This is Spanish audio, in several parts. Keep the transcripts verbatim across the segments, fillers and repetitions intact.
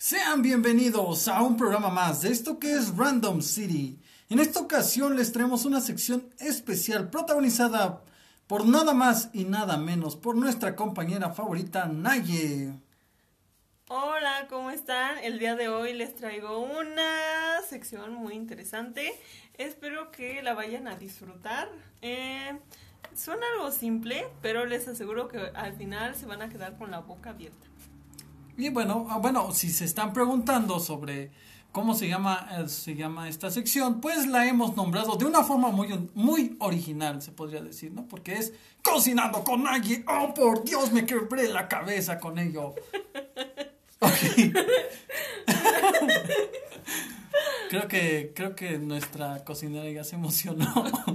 Sean bienvenidos a un programa más de esto que es Random City. En esta ocasión les traemos una sección especial protagonizada por nada más y nada menos por nuestra compañera favorita Naye. Hola, ¿cómo están? El día de hoy les traigo una sección muy interesante. Espero que la vayan a disfrutar. Eh, suena algo simple, pero les aseguro que al final se van a quedar con la boca abierta. Y bueno, bueno, si se están preguntando sobre cómo se llama, eh, se llama esta sección, pues la hemos nombrado de una forma muy, muy original, se podría decir, ¿no? Porque es Cocinando con Naye. ¡Oh, por Dios! Me quebré la cabeza con ello. Okay. creo que creo que nuestra cocinera ya se emocionó.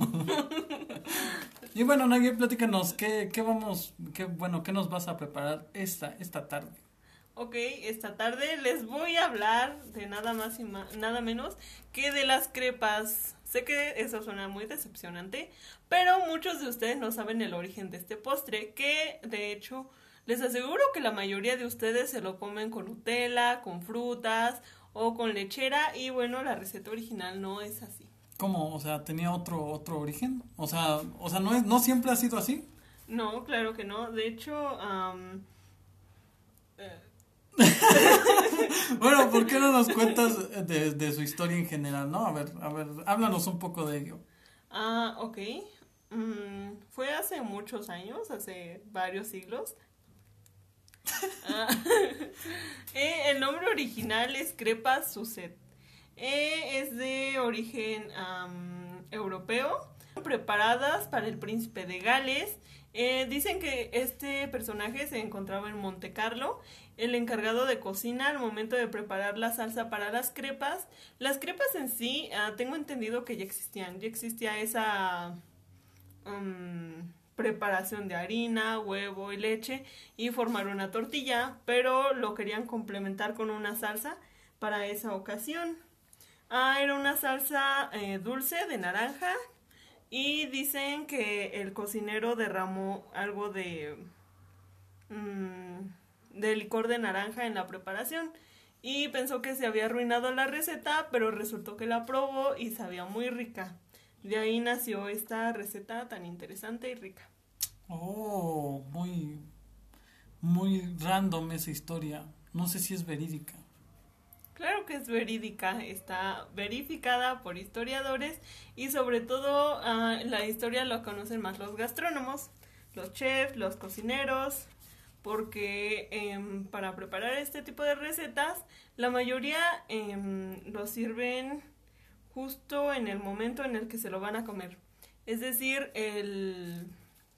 Y bueno, Naye, platícanos, ¿qué, qué vamos, qué, bueno, qué nos vas a preparar esta, esta tarde? Ok, esta tarde les voy a hablar de nada más y ma- nada menos que de las crepas. Sé que eso suena muy decepcionante, pero muchos de ustedes no saben el origen de este postre, que de hecho les aseguro que la mayoría de ustedes se lo comen con Nutella, con frutas o con lechera, y bueno, la receta original no es así. ¿Cómo? O sea, ¿tenía otro otro origen? O sea, o sea, ¿no es, no siempre ha sido así? No, claro que no. De hecho, um, eh, Bueno, ¿por qué no nos cuentas de, de su historia en general, no? A ver, a ver, háblanos un poco de ello. ah, ok. Mm, fue hace muchos años, hace varios siglos. Ah, eh, el nombre original es Crepa Suzette. Eh, es de origen am, europeo, preparadas para el príncipe de Gales. Eh, dicen que este personaje se encontraba en Monte Carlo, el encargado de cocina al momento de preparar la salsa para las crepas. Las crepas en sí, ah, tengo entendido que ya existían, ya existía esa um, preparación de harina, huevo y leche y formar una tortilla, pero lo querían complementar con una salsa para esa ocasión. Ah, era una salsa eh, dulce de naranja, y dicen que el cocinero derramó algo de, mmm, de licor de naranja en la preparación y pensó que se había arruinado la receta, pero resultó que la probó y sabía muy rica. De ahí nació esta receta tan interesante y rica. Oh, muy, muy random esa historia. No sé si es verídica. Claro que es verídica, está verificada por historiadores y sobre todo uh, la historia lo conocen más los gastrónomos, los chefs, los cocineros, porque eh, para preparar este tipo de recetas la mayoría eh, lo sirven justo en el momento en el que se lo van a comer. Es decir, el,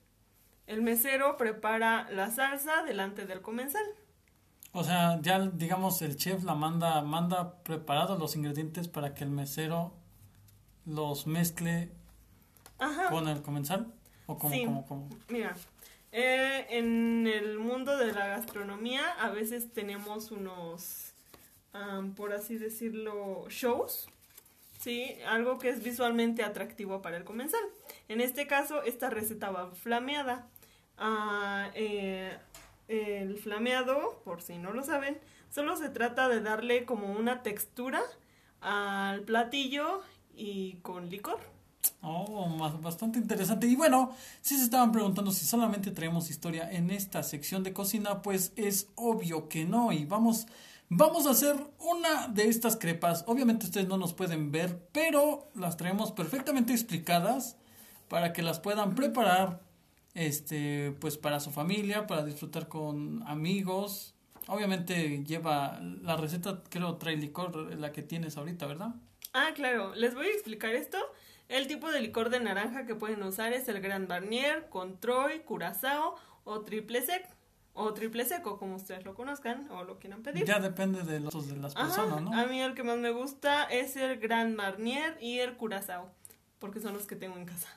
el mesero prepara la salsa delante del comensal. O sea, ya digamos el chef la manda, manda preparados los ingredientes para que el mesero los mezcle Ajá. con el comensal. ¿O cómo, Sí, cómo, cómo? mira, eh, en el mundo de la gastronomía a veces tenemos unos, um, por así decirlo, shows, ¿sí? Algo que es visualmente atractivo para el comensal. En este caso, esta receta va flameada. Uh, eh, el flameado, por si no lo saben, solo se trata de darle como una textura al platillo y con licor. Oh, más- bastante interesante. Y bueno, si se estaban preguntando si solamente traemos historia en esta sección de cocina, pues es obvio que no. Y vamos, vamos a hacer una de estas crepas. Obviamente ustedes no nos pueden ver, pero las traemos perfectamente explicadas para que las puedan preparar, este, pues para su familia, para disfrutar con amigos. Obviamente lleva la receta, creo, trae licor, la que tienes ahorita, ¿verdad? Ah, claro, les voy a explicar esto. El tipo de licor de naranja que pueden usar es el Grand Marnier, Controy, Curazao o Triple Sec, o Triple Seco, como ustedes lo conozcan o lo quieran pedir. Ya depende de los de las personas, Ajá, ¿no? a mí el que más me gusta es el Grand Marnier y el Curazao, porque son los que tengo en casa.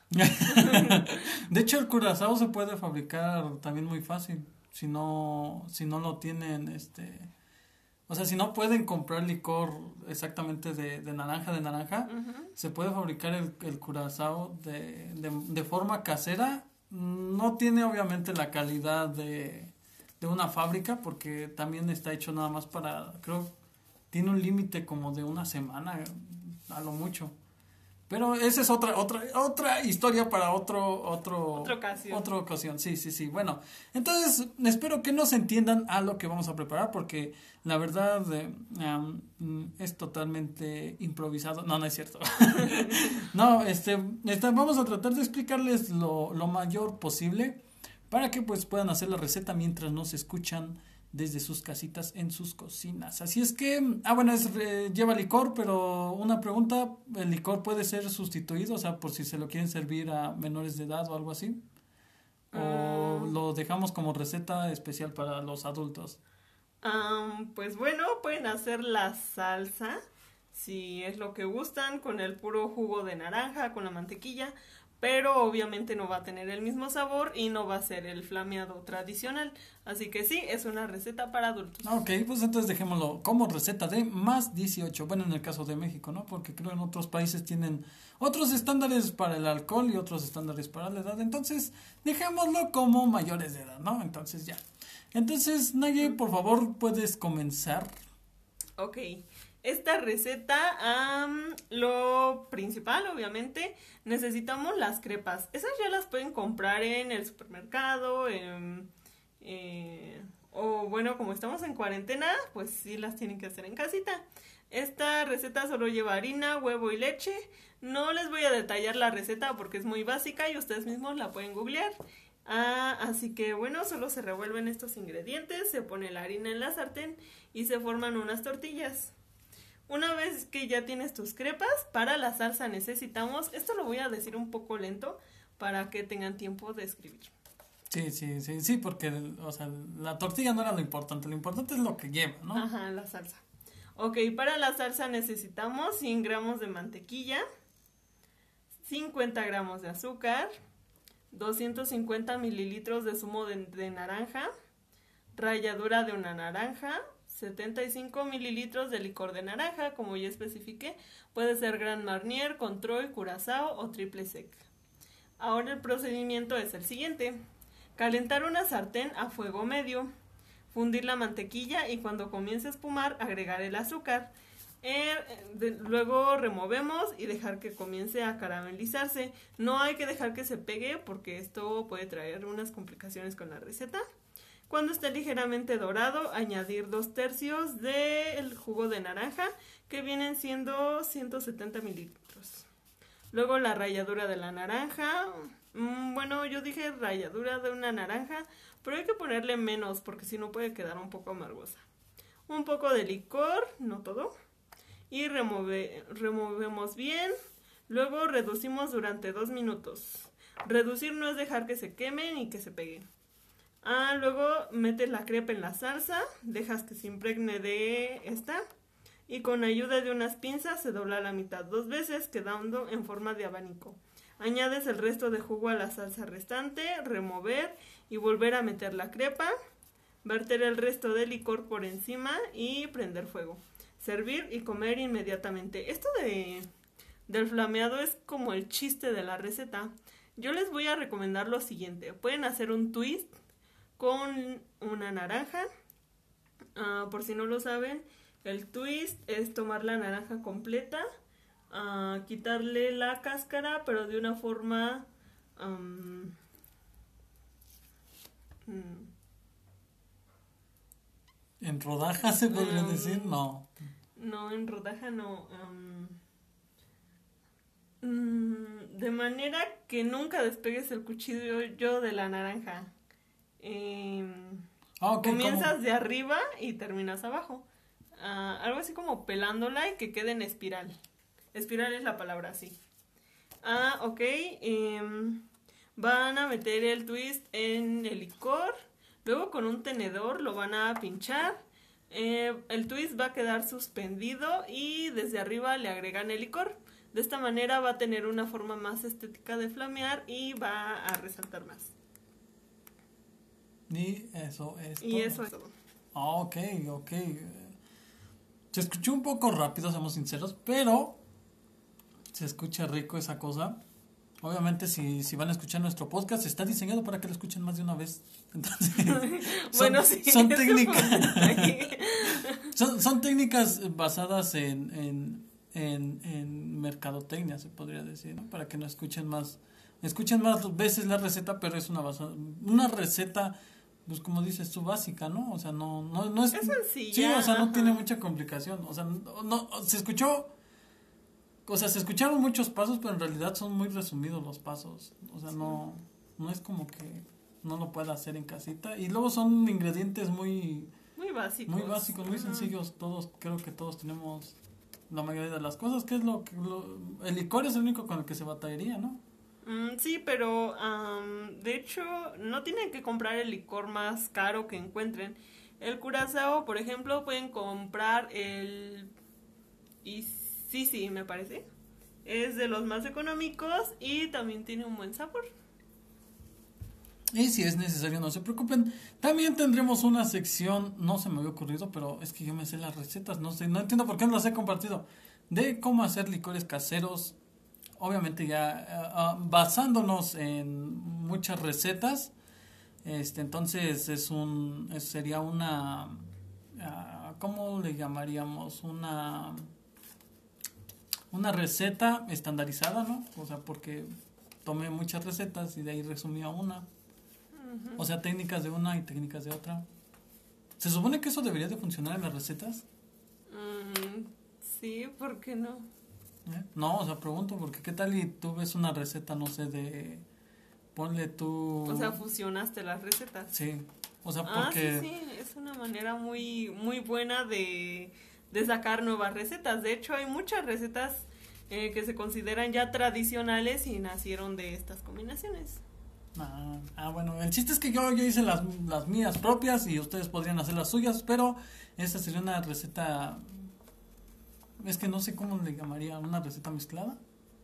De hecho, el curazao se puede fabricar también muy fácil. Si no, si no lo tienen, este, o sea, si no pueden comprar licor exactamente de, de naranja, de naranja, Uh-huh. se puede fabricar el, el curazao de, de, de forma casera. No tiene obviamente la calidad de, de una fábrica porque también está hecho nada más para, creo, tiene un límite como de una semana, a lo mucho. Pero esa es otra otra otra historia para otro otro otra ocasión. Otra ocasión. Sí, sí, sí. Bueno, entonces espero que nos entiendan a lo que vamos a preparar porque la verdad eh, um, es totalmente improvisado. No, no es cierto. no, este, este vamos a tratar de explicarles lo lo mayor posible para que pues puedan hacer la receta mientras nos escuchan desde sus casitas en sus cocinas. Así es que, ah bueno, es, eh, lleva licor, pero una pregunta, ¿el licor puede ser sustituido? O sea, por si se lo quieren servir a menores de edad o algo así. ¿O Uh, lo dejamos como receta especial para los adultos? Um, pues bueno, pueden hacer la salsa, si es lo que gustan, con el puro jugo de naranja, con la mantequilla, pero obviamente no va a tener el mismo sabor y no va a ser el flameado tradicional. Así que sí, es una receta para adultos. Ok, pues entonces dejémoslo como receta de más dieciocho. Bueno, en el caso de México, ¿no? Porque creo en otros países tienen otros estándares para el alcohol y otros estándares para la edad. Entonces, dejémoslo como mayores de edad, ¿no? Entonces ya. Entonces, Naye, por favor, puedes comenzar. Ok, esta receta, um, lo principal, obviamente, necesitamos las crepas. Esas ya las pueden comprar en el supermercado, en, eh, o bueno, como estamos en cuarentena, pues sí las tienen que hacer en casita. Esta receta solo lleva harina, huevo y leche. No les voy a detallar la receta porque es muy básica y ustedes mismos la pueden googlear. Ah, así que bueno, solo se revuelven estos ingredientes, se pone la harina en la sartén y se forman unas tortillas. Una vez que ya tienes tus crepas, para la salsa necesitamos, esto lo voy a decir un poco lento para que tengan tiempo de escribir. Sí, sí, sí, sí, porque, o sea, la tortilla no era lo importante, lo importante es lo que lleva, ¿no? Ajá, la salsa. Ok, para la salsa necesitamos cien gramos de mantequilla, cincuenta gramos de azúcar, doscientos cincuenta mililitros de zumo de, de naranja, ralladura de una naranja, setenta y cinco mililitros de licor de naranja, como ya especifiqué, puede ser Grand Marnier, Control, Curazao o Triple Sec. Ahora el procedimiento es el siguiente: calentar una sartén a fuego medio, fundir la mantequilla y cuando comience a espumar agregar el azúcar. Eh, de, luego removemos y dejar que comience a caramelizarse. No hay que dejar que se pegue porque esto puede traer unas complicaciones con la receta. Cuando esté ligeramente dorado, añadir dos tercios del jugo de naranja, que vienen siendo ciento setenta mililitros. Luego la ralladura de la naranja. Mm, bueno, yo dije ralladura de una naranja, pero hay que ponerle menos porque si no puede quedar un poco amargosa. Un poco de licor, no todo. Y remove, removemos bien. Luego reducimos durante dos minutos. Reducir no es dejar que se queme ni que se pegue. Ah, luego metes la crepa en la salsa, dejas que se impregne de esta y con ayuda de unas pinzas se dobla a la mitad dos veces, quedando en forma de abanico. Añades el resto de jugo a la salsa restante, remover y volver a meter la crepa, verter el resto del licor por encima y prender fuego. Servir y comer inmediatamente. Esto de del flameado es como el chiste de la receta. Yo les voy a recomendar lo siguiente: pueden hacer un twist con una naranja. Uh, por si no lo saben, el twist es tomar la naranja completa, uh, quitarle la cáscara, pero de una forma um, mm, ¿en rodajas se podría um, decir? No. No, en rodaja no. Um, mm, de manera que nunca despegues el cuchillo de la naranja. Eh, ah, okay, comienzas ¿cómo? de arriba y terminas abajo. Uh, algo así como pelándola y que quede en espiral. Espiral es la palabra, sí. Ah, ok. Eh, van a meter el twist en el licor. Luego con un tenedor lo van a pinchar. Eh, el twist va a quedar suspendido y desde arriba le agregan el licor. De esta manera va a tener una forma más estética de flamear y va a resaltar más. Y eso es todo. Y eso es todo. Ah, ok, ok. Se escuchó un poco rápido, seamos sinceros, pero se escucha rico esa cosa. Obviamente, si, si van a escuchar nuestro podcast, está diseñado para que lo escuchen más de una vez. Entonces, bueno, son, sí, son técnicas. Son, son técnicas basadas en, en, en, en mercadotecnia, se podría decir, ¿no? Para que no escuchen más, escuchen más veces la receta, pero es una basa, una receta, pues como dices tú, básica, ¿no? O sea, no, no, no es... Es sencilla. Sí, o sea, no ajá. tiene mucha complicación. O sea, no, no, se escuchó... O sea, se escucharon muchos pasos, pero en realidad son muy resumidos los pasos. O sea, sí. no, no es como que no lo pueda hacer en casita. Y luego son ingredientes muy... Muy básicos. Muy básicos, muy sencillos. Todos, creo que todos tenemos la mayoría de las cosas. ¿Qué es lo que... Lo, el licor es el único con el que se batallaría, ¿no? Mm, sí, pero um, de hecho no tienen que comprar el licor más caro que encuentren. El curazao, por ejemplo, pueden comprar el... Y sí, sí, me parece. Es de los más económicos y también tiene un buen sabor. Y si es necesario, no se preocupen. También tendremos una sección, no se me había ocurrido, pero es que yo me sé las recetas, no sé, no entiendo por qué no las he compartido, de cómo hacer licores caseros. Obviamente ya uh, uh, basándonos en muchas recetas. Este, entonces es un, es, sería una, uh, ¿cómo le llamaríamos? Una... Una receta estandarizada, ¿no? O sea, porque tomé muchas recetas y de ahí resumía una. Uh-huh. O sea, técnicas de una y técnicas de otra. ¿Se supone que eso debería de funcionar en las recetas? Mm, sí, ¿por qué no? ¿Eh? No, o sea, pregunto, porque ¿qué tal y tú ves una receta, no sé, de... Ponle tú... O sea, fusionaste las recetas. Sí, o sea, ah, porque... sí, sí, es una manera muy, muy buena de... de sacar nuevas recetas. De hecho, hay muchas recetas eh, que se consideran ya tradicionales y nacieron de estas combinaciones. Ah, ah bueno, el chiste es que yo, yo hice las, las mías propias y ustedes podrían hacer las suyas, pero esta sería una receta, es que no sé cómo le llamaría, una receta mezclada.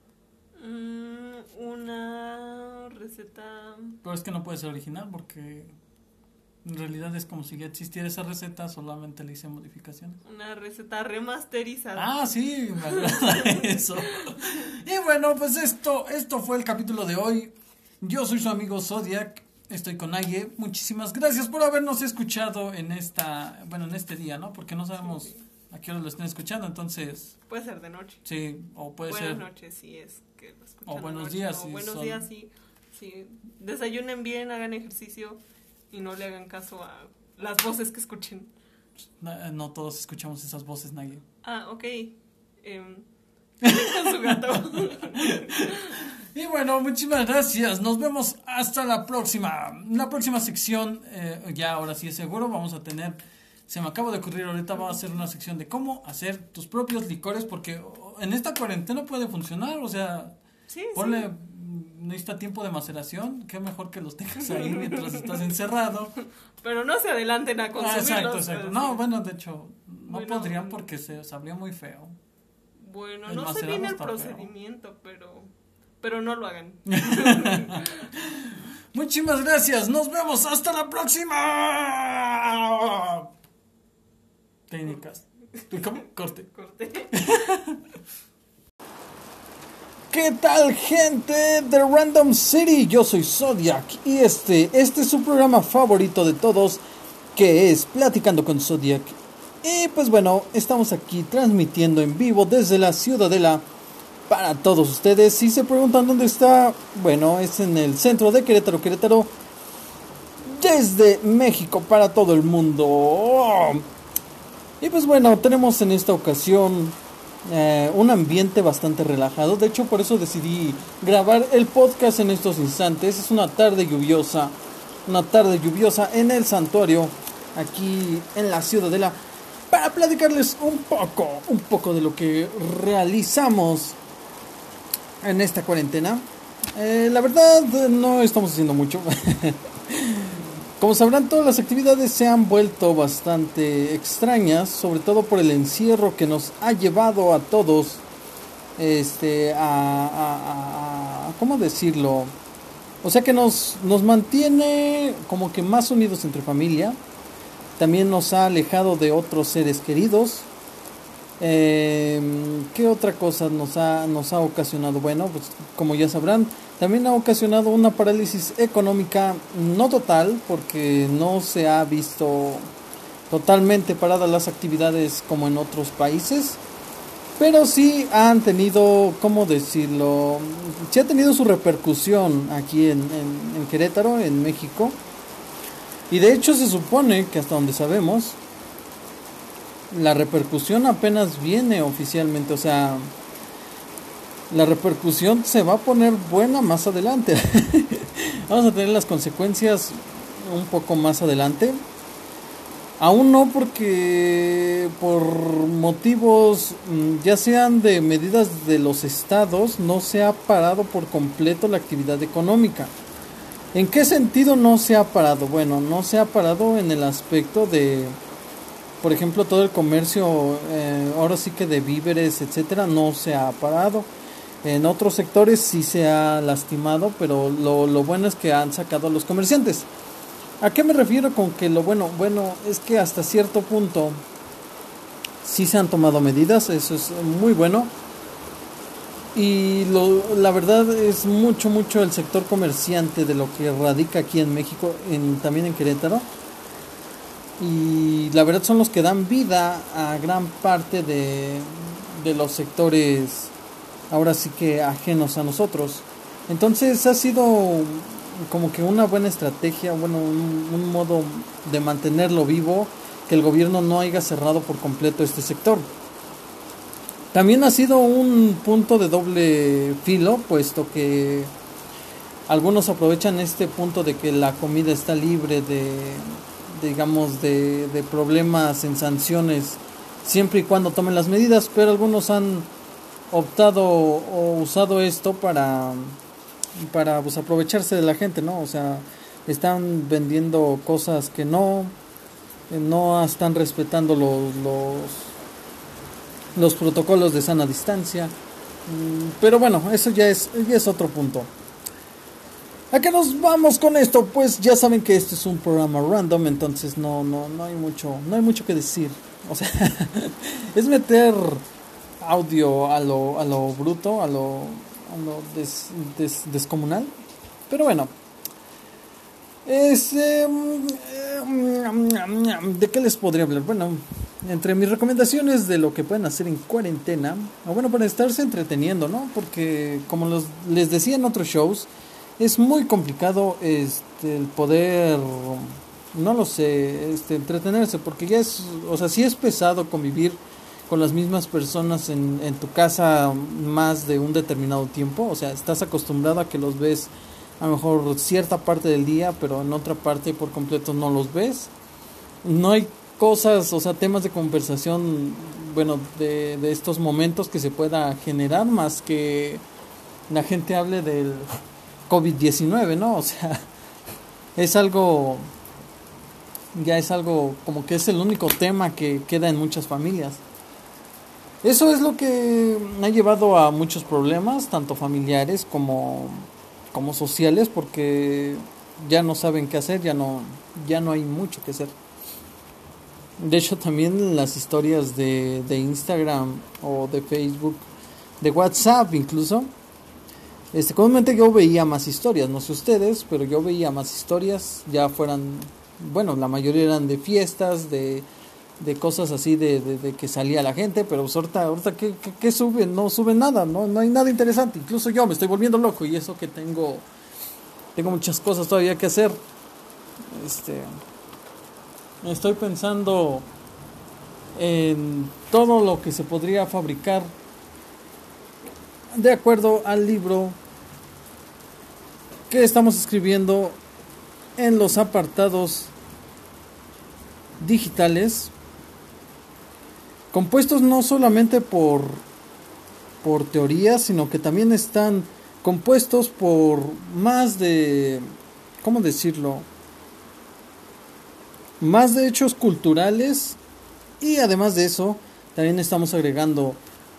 Mm, una receta... Pero es que no puede ser original porque... En realidad es como si ya existiera esa receta, solamente le hice modificaciones. Una receta remasterizada. Ah, sí, me agrada eso. Y bueno, pues esto, esto fue el capítulo de hoy. Yo soy su amigo Zodiac, estoy con Aye. Muchísimas gracias por habernos escuchado en esta, bueno, en este día, ¿no? Porque no sabemos sí, sí. a qué hora lo estén escuchando, entonces... Puede ser de noche. Sí, o puede Buenas ser... Buenas noches, sí, es que lo escuchan O buenos noche, días, o sí. buenos son... días, sí, sí. Desayunen bien, hagan ejercicio... Y no le hagan caso a las voces que escuchen. No, no todos escuchamos esas voces, Naye. Ah, ok. Eh, con su gato. Y bueno, muchísimas gracias. Nos vemos hasta la próxima. La próxima sección, eh, ya ahora sí es seguro, vamos a tener... Se me acaba de ocurrir ahorita, vamos a hacer una sección de cómo hacer tus propios licores, porque en esta cuarentena puede funcionar, o sea... Sí, ponle... sí. Necesita tiempo de maceración, qué mejor que los tengas ahí mientras estás encerrado. Pero no se adelanten a consumirlos. Ah, exacto, exacto. No, bueno, de hecho, no bueno, podrían porque se sabría muy feo. Bueno, el no sé bien el procedimiento, feo. pero pero no lo hagan. Muchísimas gracias, nos vemos hasta la próxima. Técnicas. ¿Cómo? Corte. Corte. ¿Qué tal, gente de Random City? Yo soy Zodiac y este, este es su programa favorito de todos, que es Platicando con Zodiac. Y pues bueno, estamos aquí transmitiendo en vivo desde la Ciudadela para todos ustedes. Si se preguntan dónde está, bueno, es en el centro de Querétaro, Querétaro, desde México para todo el mundo. Y pues bueno, tenemos en esta ocasión... Eh, un ambiente bastante relajado. De hecho, por eso decidí grabar el podcast en estos instantes. Es una tarde lluviosa, una tarde lluviosa en el santuario, aquí en la Ciudadela, para platicarles un poco, un poco de lo que realizamos en esta cuarentena. Eh, la verdad, no estamos haciendo mucho. Como sabrán, todas las actividades se han vuelto bastante extrañas, sobre todo por el encierro que nos ha llevado a todos este, a, a, a ¿cómo decirlo? O sea que nos, nos mantiene como que más unidos entre familia, también nos ha alejado de otros seres queridos. Eh, ¿Qué otra cosa nos ha, nos ha ocasionado? Bueno, pues como ya sabrán, también ha ocasionado una parálisis económica, no total, porque no se ha visto totalmente paradas las actividades como en otros países, pero sí han tenido, ¿cómo decirlo? Sí ha tenido su repercusión aquí en, en, en Querétaro, en México. Y de hecho se supone que hasta donde sabemos, la repercusión apenas viene oficialmente, o sea, la repercusión se va a poner buena más adelante. Vamos a tener las consecuencias un poco más adelante. Aún no, porque por motivos ya sean de medidas de los estados, no se ha parado por completo la actividad económica. ¿En qué sentido no se ha parado? Bueno, no se ha parado en el aspecto de, por ejemplo, todo el comercio, eh, ahora sí que de víveres, etcétera, no se ha parado. En otros sectores sí se ha lastimado, pero lo, lo bueno es que han sacado a los comerciantes. ¿A qué me refiero con que lo bueno? Bueno, es que hasta cierto punto sí se han tomado medidas, eso es muy bueno. Y lo, la verdad es mucho, mucho el sector comerciante de lo que radica aquí en México, en, también en Querétaro. Y la verdad son los que dan vida a gran parte de, de los sectores, ahora sí que ajenos a nosotros. Entonces ha sido como que una buena estrategia, bueno, un, un modo de mantenerlo vivo, que el gobierno no haya cerrado por completo este sector. También ha sido un punto de doble filo, puesto que algunos aprovechan este punto de que la comida está libre de, digamos, de, de problemas en sanciones, siempre y cuando tomen las medidas, pero algunos han optado o usado esto para, para pues, aprovecharse de la gente, ¿no? O sea, están vendiendo cosas que no, no están respetando los... los los protocolos de sana distancia, pero bueno, eso ya es, ya es otro punto. ¿A qué nos vamos con esto? Pues ya saben que este es un programa random, entonces no, no, no hay mucho, no hay mucho que decir. O sea, es meter audio a lo, a lo bruto, a lo, a lo des, des, descomunal, pero bueno. Es, eh, ¿de qué les podría hablar? Bueno, entre mis recomendaciones de lo que pueden hacer en cuarentena, o bueno, para estarse entreteniendo, ¿no? Porque como los, les decía en otros shows, es muy complicado este, el poder, no lo sé, este, entretenerse, porque ya es, o sea, sí es pesado convivir con las mismas personas en, en tu casa más de un determinado tiempo, o sea, estás acostumbrado a que los ves a lo mejor cierta parte del día, pero en otra parte por completo no los ves. No hay cosas, o sea, temas de conversación, bueno, de, de estos momentos que se pueda generar más que la gente hable del COVID diecinueve, ¿no? O sea, es algo, ya es algo como que es el único tema que queda en muchas familias. Eso es lo que ha llevado a muchos problemas, tanto familiares como... como sociales, porque ya no saben qué hacer, ya no ya no hay mucho que hacer. De hecho, también las historias de, de Instagram o de Facebook, de WhatsApp incluso, este comúnmente yo veía más historias, no sé ustedes, pero yo veía más historias, ya fueran, bueno, la mayoría eran de fiestas, de de cosas así de, de, de que salía la gente, pero pues ahorita, ahorita ¿qué, qué, qué suben? No suben nada, no no hay nada interesante. Incluso yo me estoy volviendo loco, y eso que tengo tengo muchas cosas todavía que hacer. Este estoy pensando en todo lo que se podría fabricar de acuerdo al libro que estamos escribiendo en los apartados digitales, compuestos no solamente por por teorías, sino que también están compuestos por más de, ¿cómo decirlo? Más de hechos culturales, y además de eso, también estamos agregando,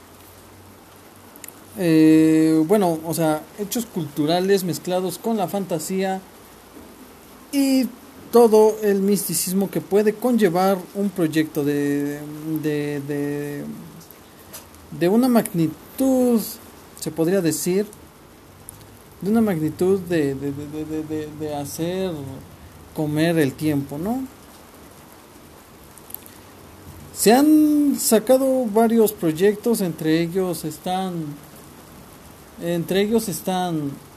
eh, bueno, o sea, hechos culturales mezclados con la fantasía y todo el misticismo que puede conllevar un proyecto de, de, de, de una magnitud, se podría decir, de una magnitud de, de, de, de, de, de hacer comer el tiempo, ¿no? Se han sacado varios proyectos, entre ellos están, entre ellos están